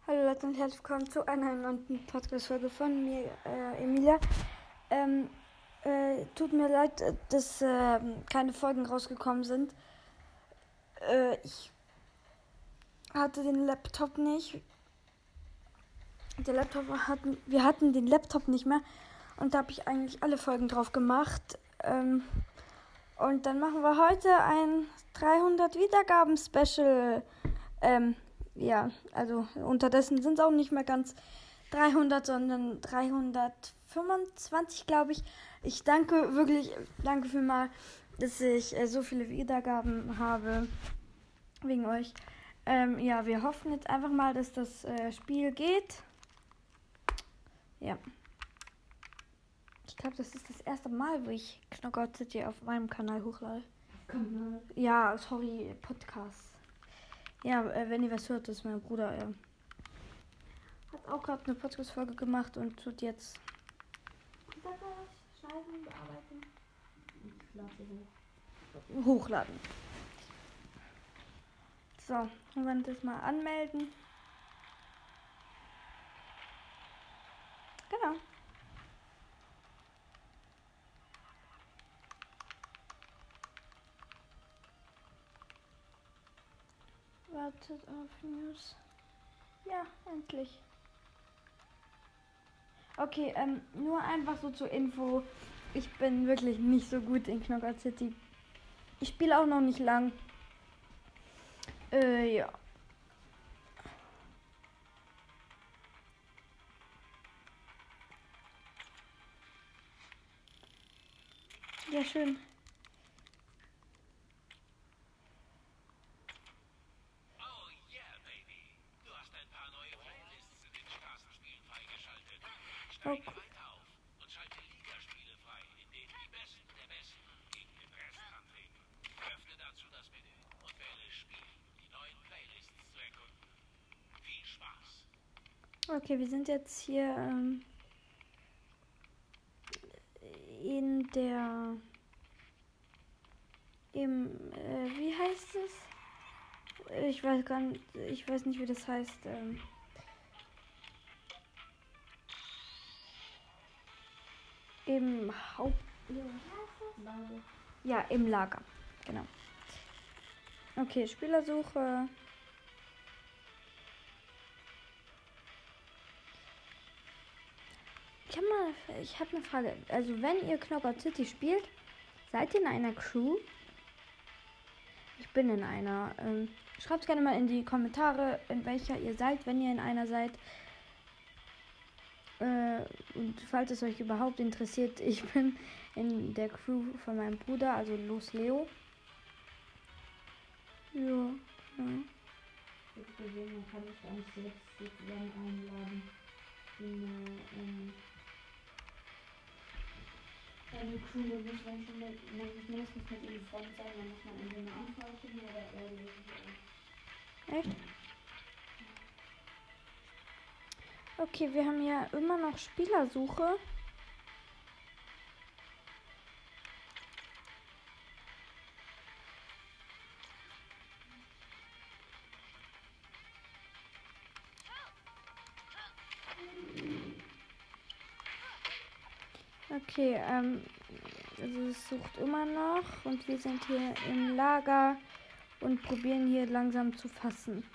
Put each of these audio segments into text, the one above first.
Hallo Leute und herzlich willkommen zu einer neuen Podcast-Folge von mir, Emilia. Tut mir leid, dass keine Folgen rausgekommen sind. Ich hatte den Laptop nicht. Wir hatten den Laptop nicht mehr und da habe ich eigentlich alle Folgen drauf gemacht. Und dann machen wir heute ein 300 Wiedergaben-Special. Ja, also unterdessen sind es auch nicht mehr ganz 300, sondern 325, glaube ich. Ich danke für mal, dass ich so viele Wiedergaben habe wegen euch. Ja, wir hoffen jetzt einfach mal, dass das Spiel geht. Ja. Ich glaube, das ist das erste Mal, wo ich Knockout City auf meinem Kanal hochlade. Ja, sorry, Podcast. Ja, wenn ihr was hört, das ist mein Bruder. Er hat auch gerade eine Podcast-Folge gemacht und tut jetzt schneiden, bearbeiten und hochladen. So, wir werden das mal anmelden. Genau. Wartet auf News. Ja, endlich. Okay, nur einfach so zur Info. Ich bin wirklich nicht so gut in Knockout City. Ich spiele auch noch nicht lang. Ja. Ja, schön. Oh, okay, wir sind jetzt hier in der wie heißt es? Ich weiß nicht, wie das heißt. Im Ja, im Lager. Genau. Okay, Spielersuche. Ich habe eine Frage. Also, wenn ihr Knockout City spielt, seid ihr in einer Crew? Ich bin in einer. Schreibt gerne mal in die Kommentare, in welcher ihr seid, wenn ihr in einer seid. Und falls es euch überhaupt interessiert, ich bin in der Crew von meinem Bruder, also Los Leo. Ja. Ich habe gesehen, man kann sich eigentlich selbst zusammen einladen. Eine Crew muss man schon mindestens mit ihm Freund sein, dann muss man entweder eine Anfrage schicken oder er die. Echt? Okay, wir haben ja immer noch Spielersuche. Okay, also es sucht immer noch und wir sind hier im Lager und probieren hier langsam zu fassen.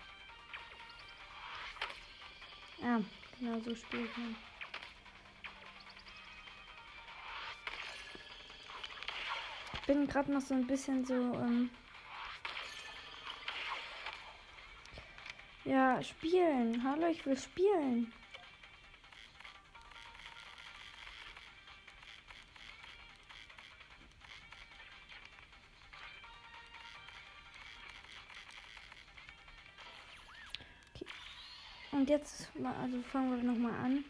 Ja, genau so spielt man. Ich bin gerade noch so ein bisschen so, ja, spielen. Hallo, ich will spielen. Okay. Und jetzt, also fangen wir nochmal an.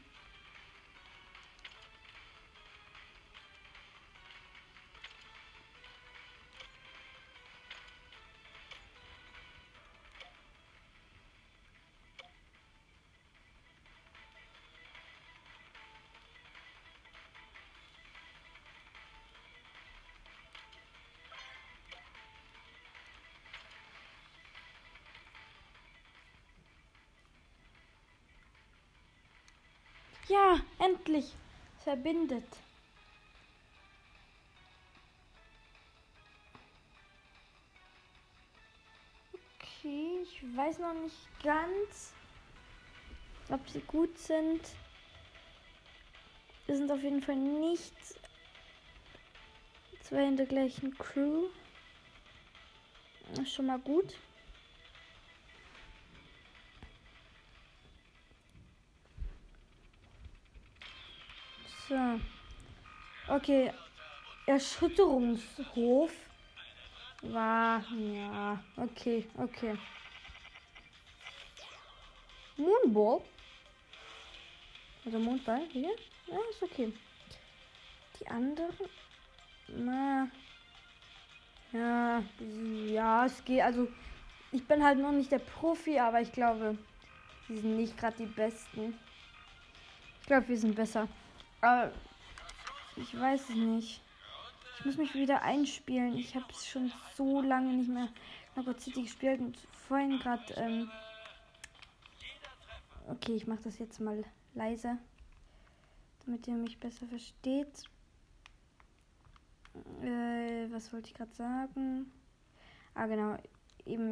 Ja, endlich. Es verbindet. Okay, ich weiß noch nicht ganz, ob sie gut sind. Wir sind auf jeden Fall nicht zwei in der gleichen Crew. Das ist schon mal gut. So. Okay. Erschütterungshof. War. Ja. Okay, okay. Moonball. Also Mondball. Hier. Ja, ist okay. Die anderen. Na. Ja. Ja, es geht. Also, ich bin halt noch nicht der Profi, aber ich glaube, die sind nicht gerade die Besten. Ich glaube, wir sind besser. Aber ich weiß es nicht. Ich muss mich wieder einspielen. Ich habe es schon so lange nicht mehr Knockout City gespielt und vorhin gerade. Okay, ich mache das jetzt mal leise, damit ihr mich besser versteht. Was wollte ich gerade sagen? Ah, genau. Eben,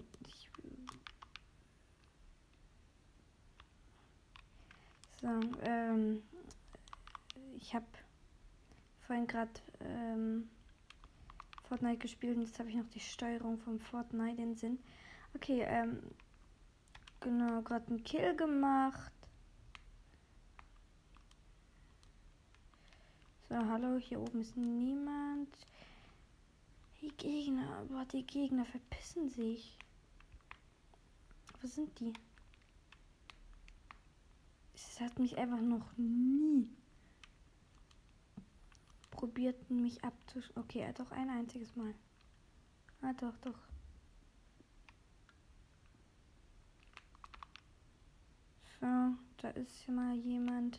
ich habe vorhin gerade Fortnite gespielt und jetzt habe ich noch die Steuerung vom Fortnite in Sinn. Okay, genau, gerade einen Kill gemacht. So, hallo, hier oben ist niemand. Die Gegner, boah, die Gegner verpissen sich. Wo sind die? Es hat mich einfach noch nie probiert, mich abzuschießen. Okay, doch ein einziges Mal. Ah, doch, doch. So, da ist mal jemand.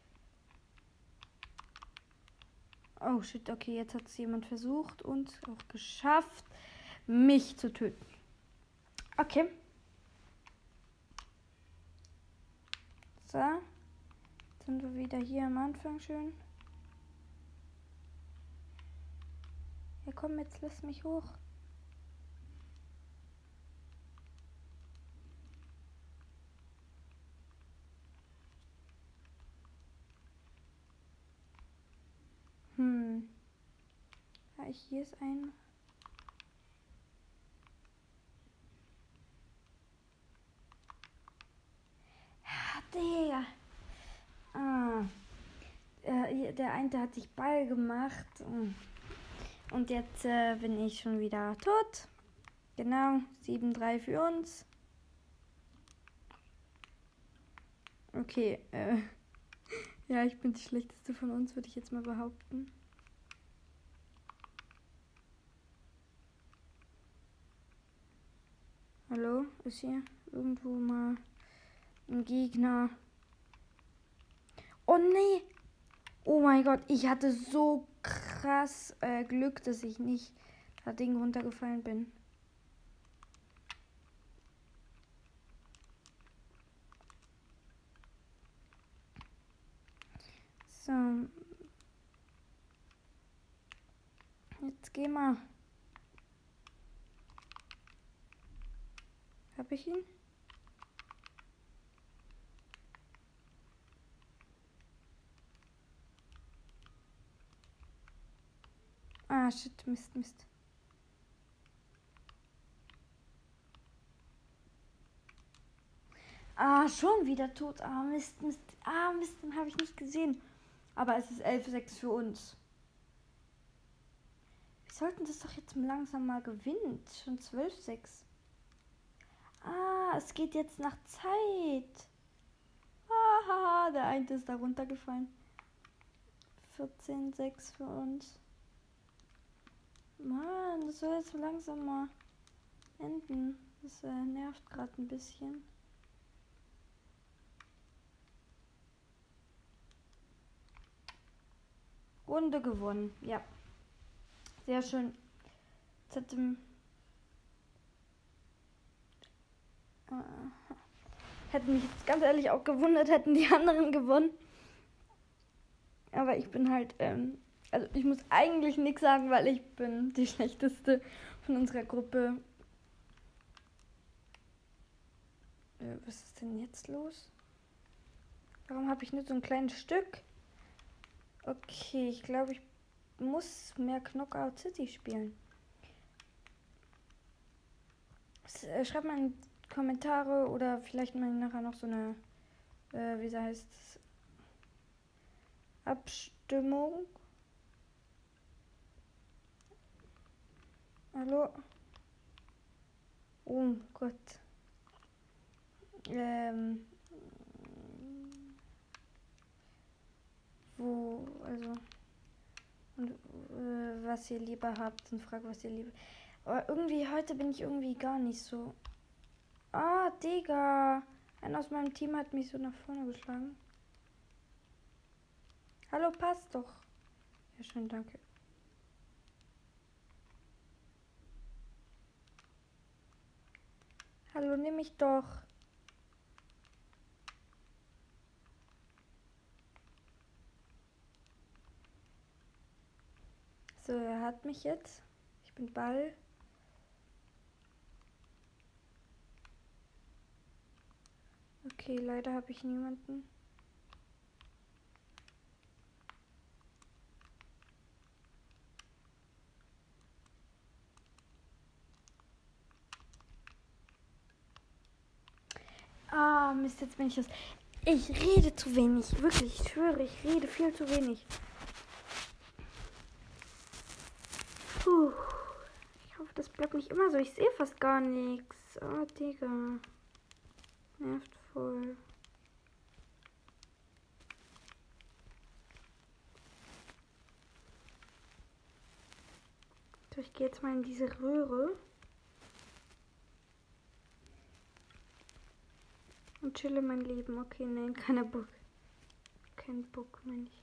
Oh shit, okay, jetzt hat es jemand versucht und auch geschafft, mich zu töten. Okay. So. Jetzt sind wir wieder hier am Anfang schön. Ja komm, jetzt lass mich hoch. Ja, hier ist ein. Ah, Digga. Ah. Der eine hat sich Ball gemacht. Und jetzt bin ich schon wieder tot. Genau, 7-3 für uns. Okay, ja, ich bin die schlechteste von uns, würde ich jetzt mal behaupten. Hallo, ist hier irgendwo mal ein Gegner? Oh nee! Oh mein Gott, ich hatte so krass Glück, dass ich nicht das Ding runtergefallen bin. So. Jetzt geh mal. Hab ich ihn? Ah, shit, Mist, Mist. Ah, schon wieder tot. Ah, Mist, Mist. Ah, Mist, den habe ich nicht gesehen. Aber es ist 11-6 für uns. Wir sollten das doch jetzt langsam mal gewinnen. Schon 12-6. Ah, es geht jetzt nach Zeit. Haha, der eine ist da runtergefallen. 14-6 für uns. Mann, das soll jetzt so langsam mal enden. Das nervt gerade ein bisschen. Runde gewonnen, ja. Sehr schön. Hätte mich jetzt ganz ehrlich auch gewundert, hätten die anderen gewonnen. Aber ich bin halt, also ich muss eigentlich nichts sagen, weil ich bin die schlechteste von unserer Gruppe. Was ist denn jetzt los? Warum habe ich nur so ein kleines Stück? Okay, ich glaube, ich muss mehr Knockout City spielen. Schreibt mal in die Kommentare oder vielleicht mal nachher noch so eine, wie heißt es, Abstimmung. Hallo? Oh Gott. Wo, also, und, was ihr lieber habt und fragt, was ihr lieber. Aber irgendwie, heute bin ich irgendwie gar nicht so. Ah, Digga. Einer aus meinem Team hat mich so nach vorne geschlagen. Hallo, passt doch. Ja, schön, danke. Hallo, nimm mich doch. So, er hat mich jetzt. Ich bin Ball. Okay, leider habe ich niemanden. Ah, Mist, jetzt bin ich das. Ich rede zu wenig. Wirklich, ich schwöre, ich rede viel zu wenig. Puh. Ich hoffe, das bleibt nicht immer so. Ich sehe fast gar nichts. Oh, Digga. Nervt voll. So, ich gehe jetzt mal in diese Röhre. Und chille mein Leben. Okay, nein, keiner Bock. Kein Bock, meine ich.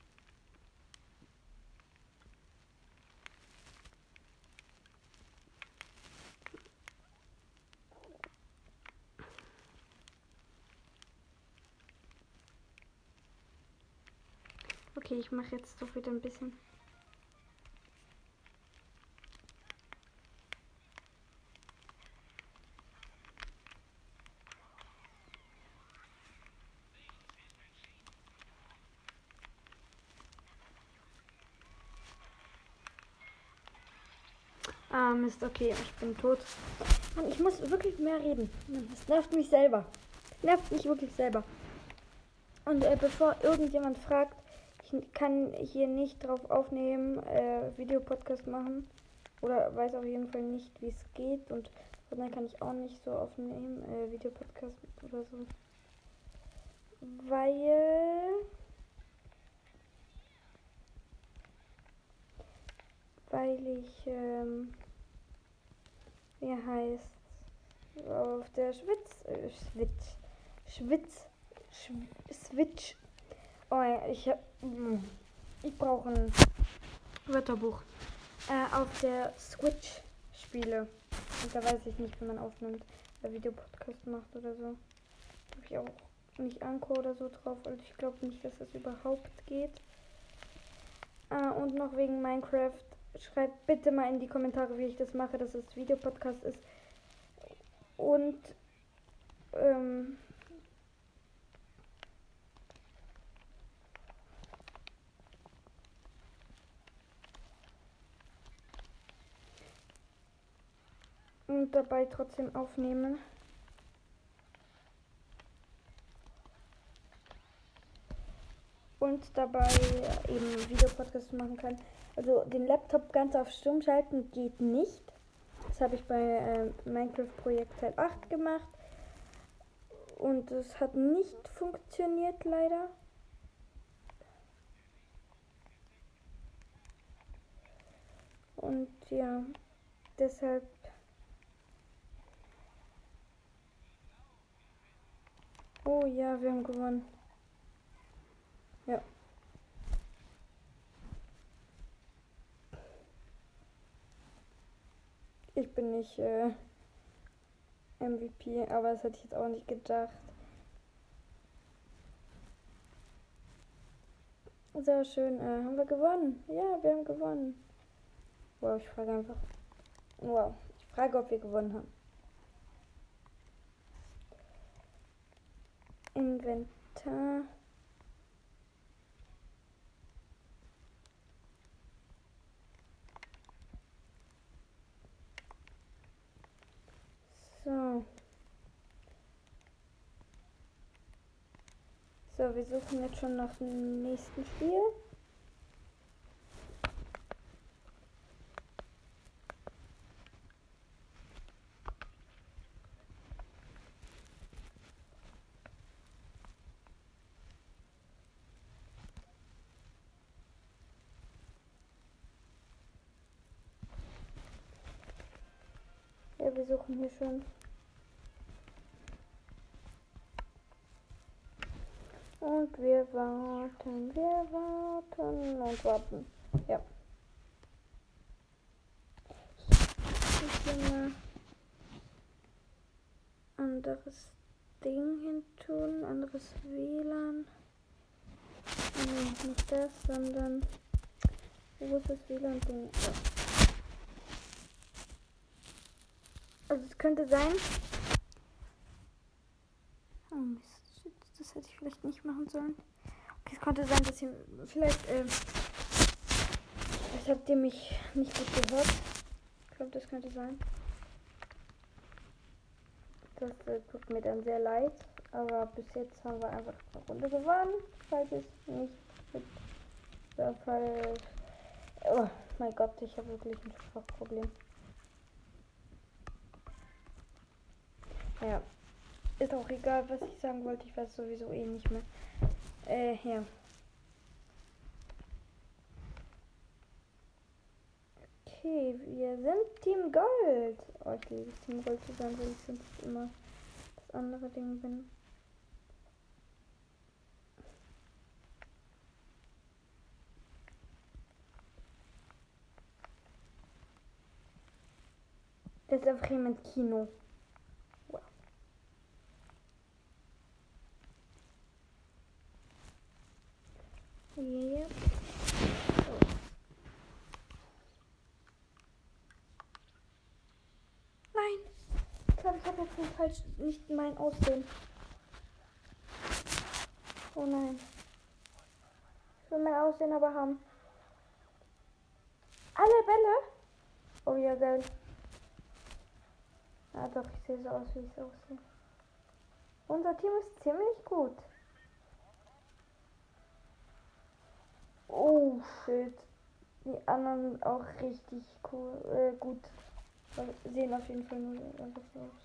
Okay, ich mache jetzt doch wieder ein bisschen. Ah, Mist, okay, ich bin tot. Mann, ich muss wirklich mehr reden. Mann, das nervt mich selber. Das nervt mich wirklich selber. Und bevor irgendjemand fragt, ich kann hier nicht drauf aufnehmen, Videopodcast machen. Oder weiß auf jeden Fall nicht, wie es geht. Und dann kann ich auch nicht so aufnehmen, Videopodcast oder so. Weil ich, wie heißt, auf der Switch. Oh ja, ich brauche ein Wörterbuch. Auf der Switch spiele. Und da weiß ich nicht, wie man aufnimmt, Videopodcast macht oder so. Habe ich auch nicht Anchor oder so drauf. Also ich glaube nicht, dass das überhaupt geht. Und noch wegen Minecraft. Schreibt bitte mal in die Kommentare, wie ich das mache, dass es Videopodcast ist. Und dabei trotzdem aufnehmen. Und dabei eben Videopodcast machen kann. Also den Laptop ganz auf Stumm schalten geht nicht. Das habe ich bei Minecraft Projekt Teil 8 gemacht. Und es hat nicht funktioniert, leider. Und ja, deshalb. Oh ja, wir haben gewonnen. Ja. Ich bin nicht MVP, aber das hätte ich jetzt auch nicht gedacht. So schön. Haben wir gewonnen? Ja, wir haben gewonnen. Wow, ich frage einfach. Wow, ich frage, ob wir gewonnen haben. Inventar. So. So, wir suchen jetzt schon nach dem nächsten Spiel. Ja, wir suchen hier schon. Und wir warten und warten. Ja. Ich will mal anderes Ding hin tun, anderes WLAN. Nee, nicht das, sondern wo ist das WLAN-Ding? Ja. Also es könnte sein. Oh Mist, das hätte ich vielleicht nicht machen sollen. Okay, es könnte sein, dass ihr vielleicht, habt ihr mich nicht gut gehört. Ich glaube, das könnte sein. Das tut mir dann sehr leid. Aber bis jetzt haben wir einfach eine Runde gewonnen. Falls es nicht mit der Fall. Oh mein Gott, ich habe wirklich ein Sprachproblem. Ja. Ist auch egal, was ich sagen wollte. Ich weiß sowieso eh nicht mehr. Ja. Okay, wir sind Team Gold. Oh, ich liebe es, Team Gold zu sein, weil ich sonst immer das andere Ding bin. Das ist einfach jemand Kino. Wow. Yeah. Oh. Nein! Ich glaube, ich habe jetzt nicht mein Aussehen. Oh nein. Ich will mein Aussehen aber haben. Alle Bälle? Oh ja, geil. Ah doch, ich sehe so aus, wie ich aussehe. Unser Team ist ziemlich gut. Oh shit. Die anderen sind auch richtig cool, gut. Sehen auf jeden Fall nur einfach so aus.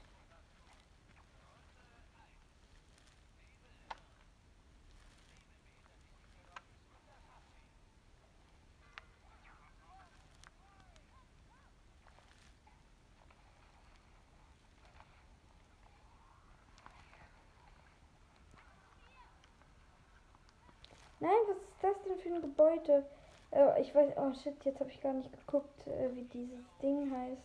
Nein, was ist das denn für ein Gebäude? Ich weiß, oh shit, jetzt habe ich gar nicht geguckt, wie dieses Ding heißt.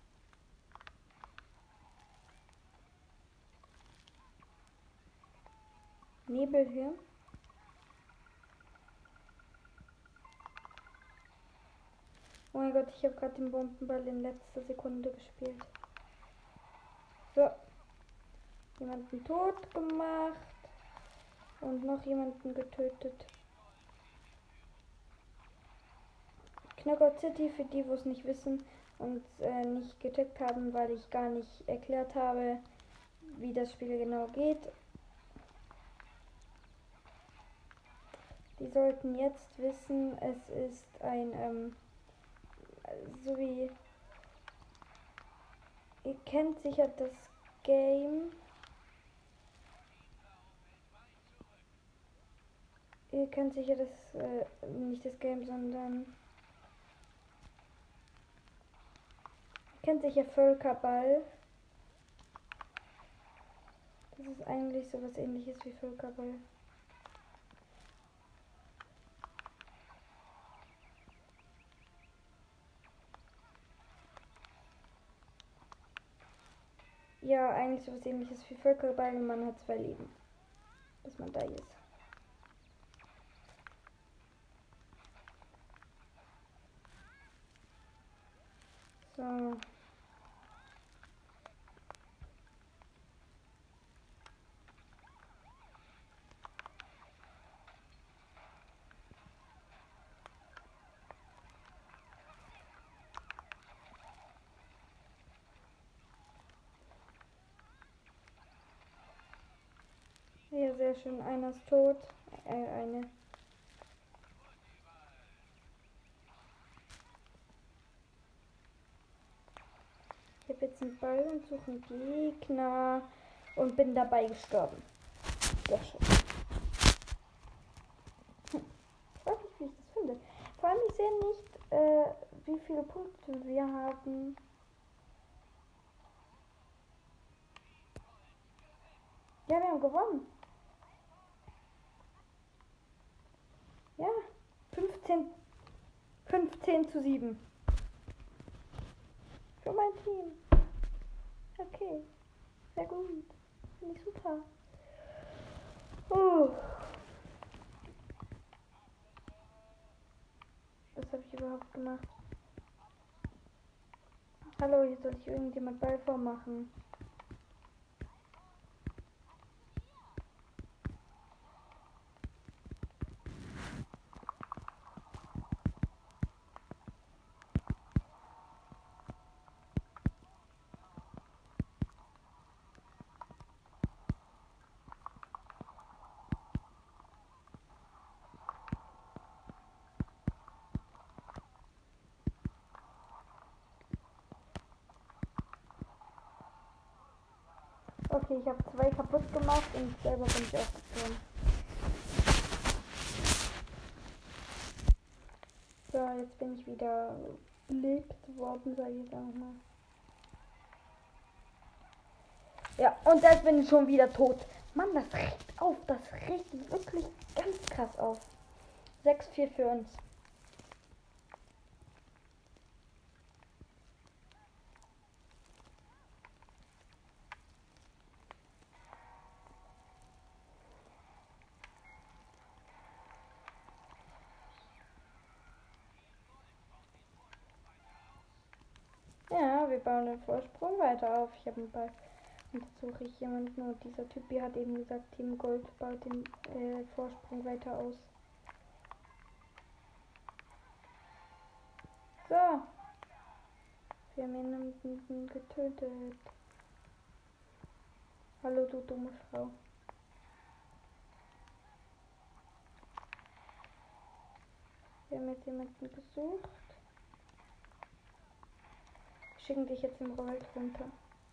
Nebel hier. Oh mein Gott, ich habe gerade den Bombenball in letzter Sekunde gespielt. So. Jemanden tot gemacht. Und noch jemanden getötet. Knockout City, für die, wo es nicht wissen und nicht gecheckt haben, weil ich gar nicht erklärt habe, wie das Spiel genau geht. Die sollten jetzt wissen, es ist ein, so wie, ihr kennt sicher das Game. Ihr kennt sicher das, nicht das Game, sondern ihr kennt sicher Völkerball. Das ist eigentlich sowas ähnliches wie Völkerball. Ja, eigentlich sowas ähnliches wie Völkerball und man hat 2 Leben, bis man da ist. So. Ja, sehr schön. Einer ist tot. Eine. Ich habe jetzt einen Ball und suche einen Gegner und bin dabei gestorben. Sehr schön. Ich weiß nicht, wie ich das finde. Vor allem, ich sehe nicht, wie viele Punkte wir haben. Ja, wir haben gewonnen. Ja, 15:7. Für mein Team. Okay, sehr gut. Finde ich super. Was habe ich überhaupt gemacht? Hallo, hier soll ich irgendjemand Ball vormachen. Okay, ich habe 2 kaputt gemacht und selber bin ich aufgeflogen. So, jetzt bin ich wieder belebt worden, sage ich jetzt einfach mal. Ja, und jetzt bin ich schon wieder tot. Mann, das regt auf. Das regt wirklich ganz krass auf. 6:4 für uns. Ja, wir bauen den Vorsprung weiter auf. Ich habe einen Ball. Und jetzt suche ich jemanden. Und dieser Typ hier hat eben gesagt, Team Gold baut den Vorsprung weiter aus. So. Wir haben jemanden getötet. Hallo, du dumme Frau. Wir haben jetzt jemanden gesucht. Wir schicken dich jetzt im Wald runter.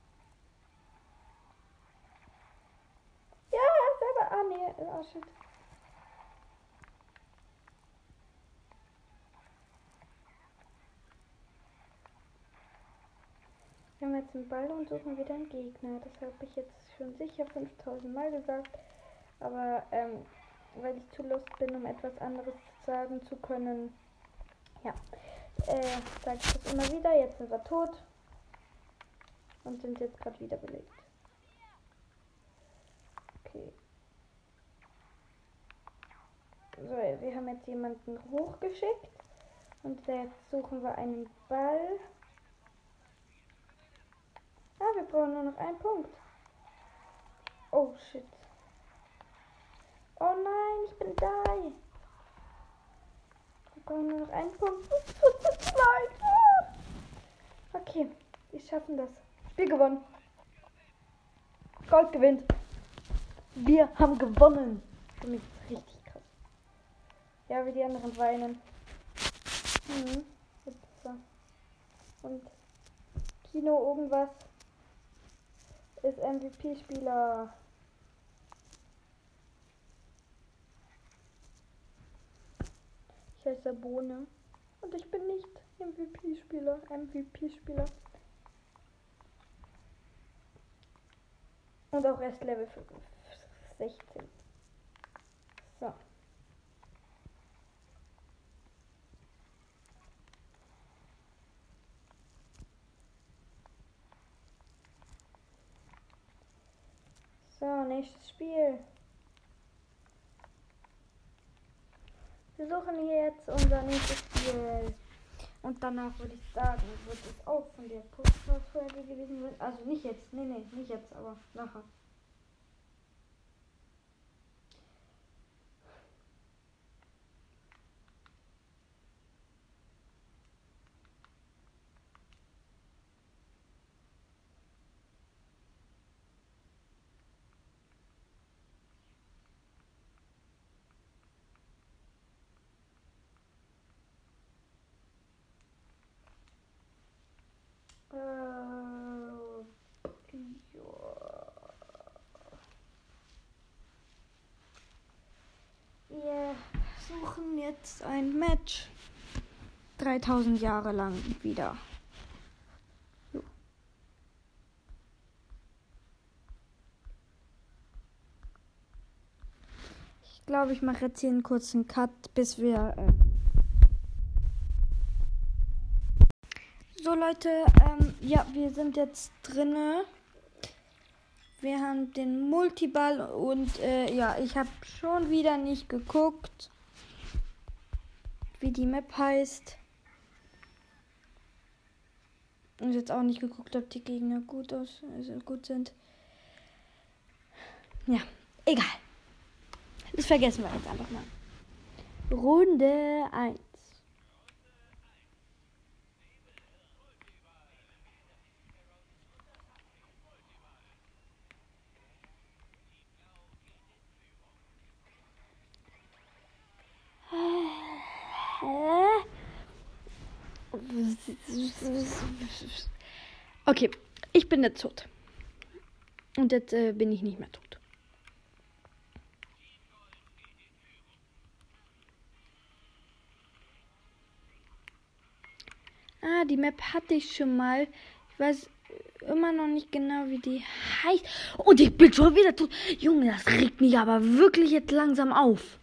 Ja, selber. Ah, nee. Oh, shit. Wir haben jetzt einen Ball und suchen wieder einen Gegner. Das habe ich jetzt schon sicher 5000 Mal gesagt. Aber weil ich zu lost bin, um etwas anderes sagen zu können, ja, sage ich das immer wieder. Jetzt sind wir tot und sind jetzt gerade wieder belebt. Okay. So, wir haben jetzt jemanden hochgeschickt und jetzt suchen wir einen Ball. Ah, wir brauchen nur noch einen Punkt. Oh shit. Oh nein, ich bin da. Wir brauchen nur noch einen Punkt. Nein. Okay, wir schaffen das. Spiel gewonnen. Gold gewinnt. Wir haben gewonnen. Für mich ist richtig krass. Ja, wie die anderen weinen. So. Und Kino irgendwas ist MVP-Spieler. Ich heiße Bohne. Und ich bin nicht MVP-Spieler. Und auch erst Level 16. So. So, nächstes Spiel. Wir suchen hier jetzt unser nächstes Spiel. Und danach würde ich sagen, wird es auch von der Podcast-Folge gewesen sein. Also nicht jetzt, nee, nicht jetzt, aber nachher. Wir suchen jetzt ein Match. 3000 Jahre lang wieder. So. Ich glaube, ich mache jetzt hier einen kurzen Cut, bis wir... So Leute, ja, wir sind jetzt drinne. Wir haben den Multiball und ja, ich habe schon wieder nicht geguckt, wie die Map heißt. Und jetzt auch nicht geguckt, ob die Gegner gut sind. Ja, egal. Das vergessen wir jetzt einfach mal. Runde 1. Okay, ich bin jetzt tot. Und jetzt bin ich nicht mehr tot. Ah, die Map hatte ich schon mal. Ich weiß immer noch nicht genau, wie die heißt. Und ich bin schon wieder tot. Junge, das regt mich aber wirklich jetzt langsam auf.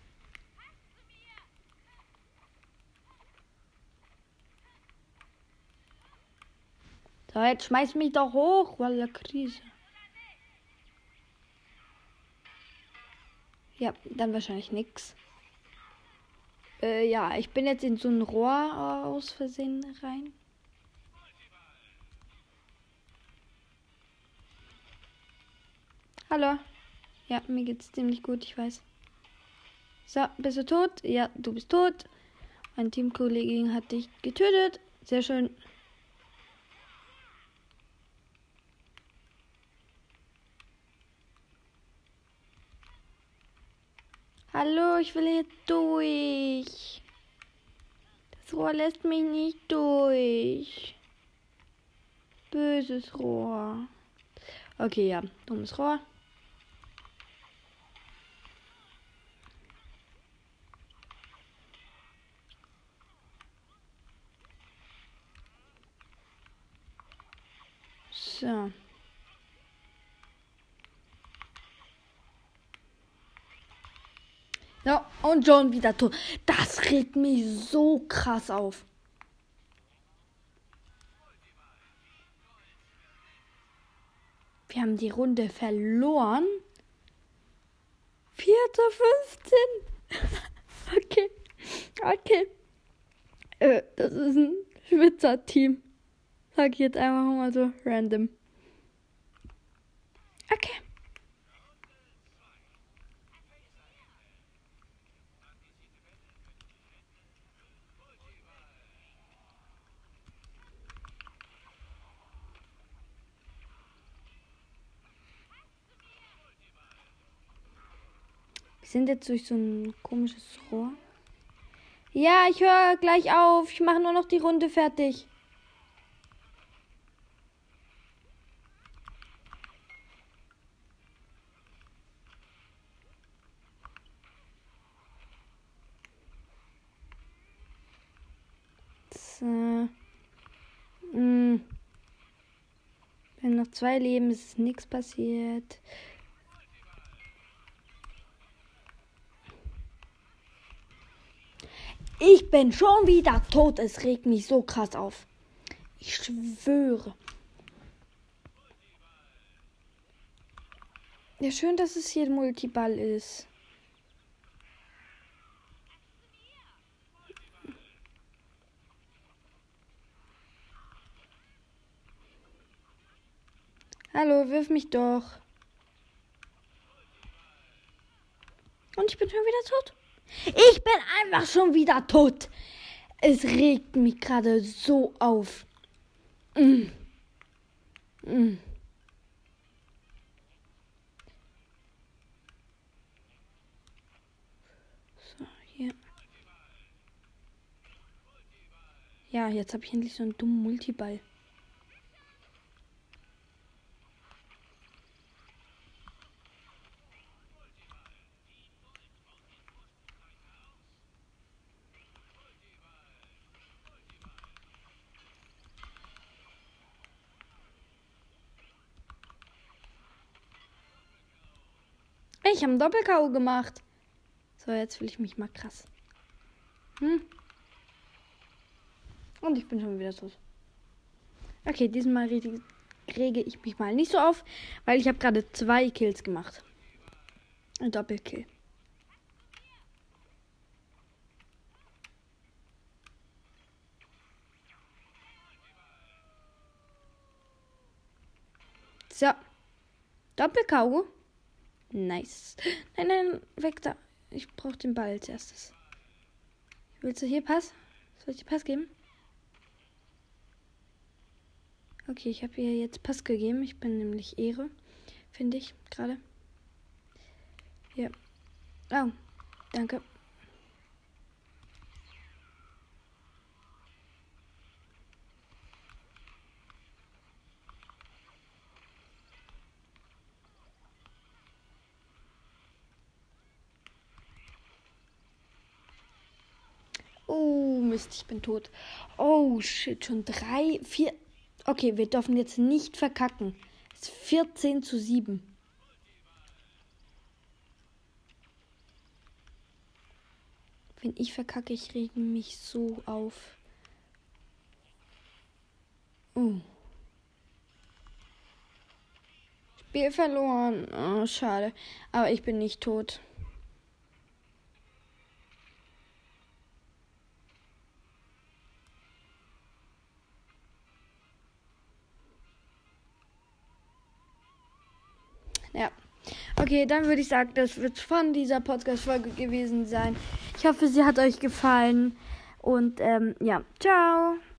So, jetzt schmeiß mich doch hoch, weil der Krise. Ja, dann wahrscheinlich nix. Ja, ich bin jetzt in so ein Rohr aus Versehen rein. Hallo. Ja, mir geht's ziemlich gut, ich weiß. So, bist du tot? Ja, du bist tot. Mein Teamkollegin hat dich getötet. Sehr schön. Hallo, ich will hier durch. Das Rohr lässt mich nicht durch. Böses Rohr. Okay, ja, dummes Rohr. So. Ja, und John wieder tot. Das regt mich so krass auf. Wir haben die Runde verloren. 4:15. Okay. Das ist ein Schwitzer-Team. Sag ich jetzt einfach mal so random. Okay. Wir sind jetzt durch so ein komisches Rohr. Ja, ich höre gleich auf. Ich mache nur noch die Runde fertig. So. Wenn noch 2 Leben, ist nichts passiert. Ich bin schon wieder tot. Es regt mich so krass auf. Ich schwöre. Ja, schön, dass es hier ein Multiball ist. Hallo, wirf mich doch. Und ich bin schon wieder tot. Ich bin einfach schon wieder tot. Es regt mich gerade so auf. Mm. Mm. So, hier. Ja, jetzt habe ich endlich so einen dummen Multiball. Ich habe einen Doppel-KO gemacht. So, jetzt fühle ich mich mal krass. Und ich bin schon wieder tot. Okay, diesmal rege ich mich mal nicht so auf, weil ich habe gerade 2 Kills gemacht. Ein Doppelkill. So. Doppel-KO. Nice. Nein, weg da. Ich brauche den Ball als erstes. Willst du hier Pass? Soll ich dir Pass geben? Okay, ich habe ihr jetzt Pass gegeben. Ich bin nämlich Ehre. Finde ich gerade. Ja. Oh, danke. Oh, Mist, ich bin tot. Oh, shit, schon 3, 4. Okay, wir dürfen jetzt nicht verkacken. Es ist 14:7. Wenn ich verkacke, ich rege mich so auf. Oh. Spiel verloren. Oh, schade. Aber ich bin nicht tot. Ja. Okay, dann würde ich sagen, das wird von dieser Podcast-Folge gewesen sein. Ich hoffe, sie hat euch gefallen. Und ja, ciao.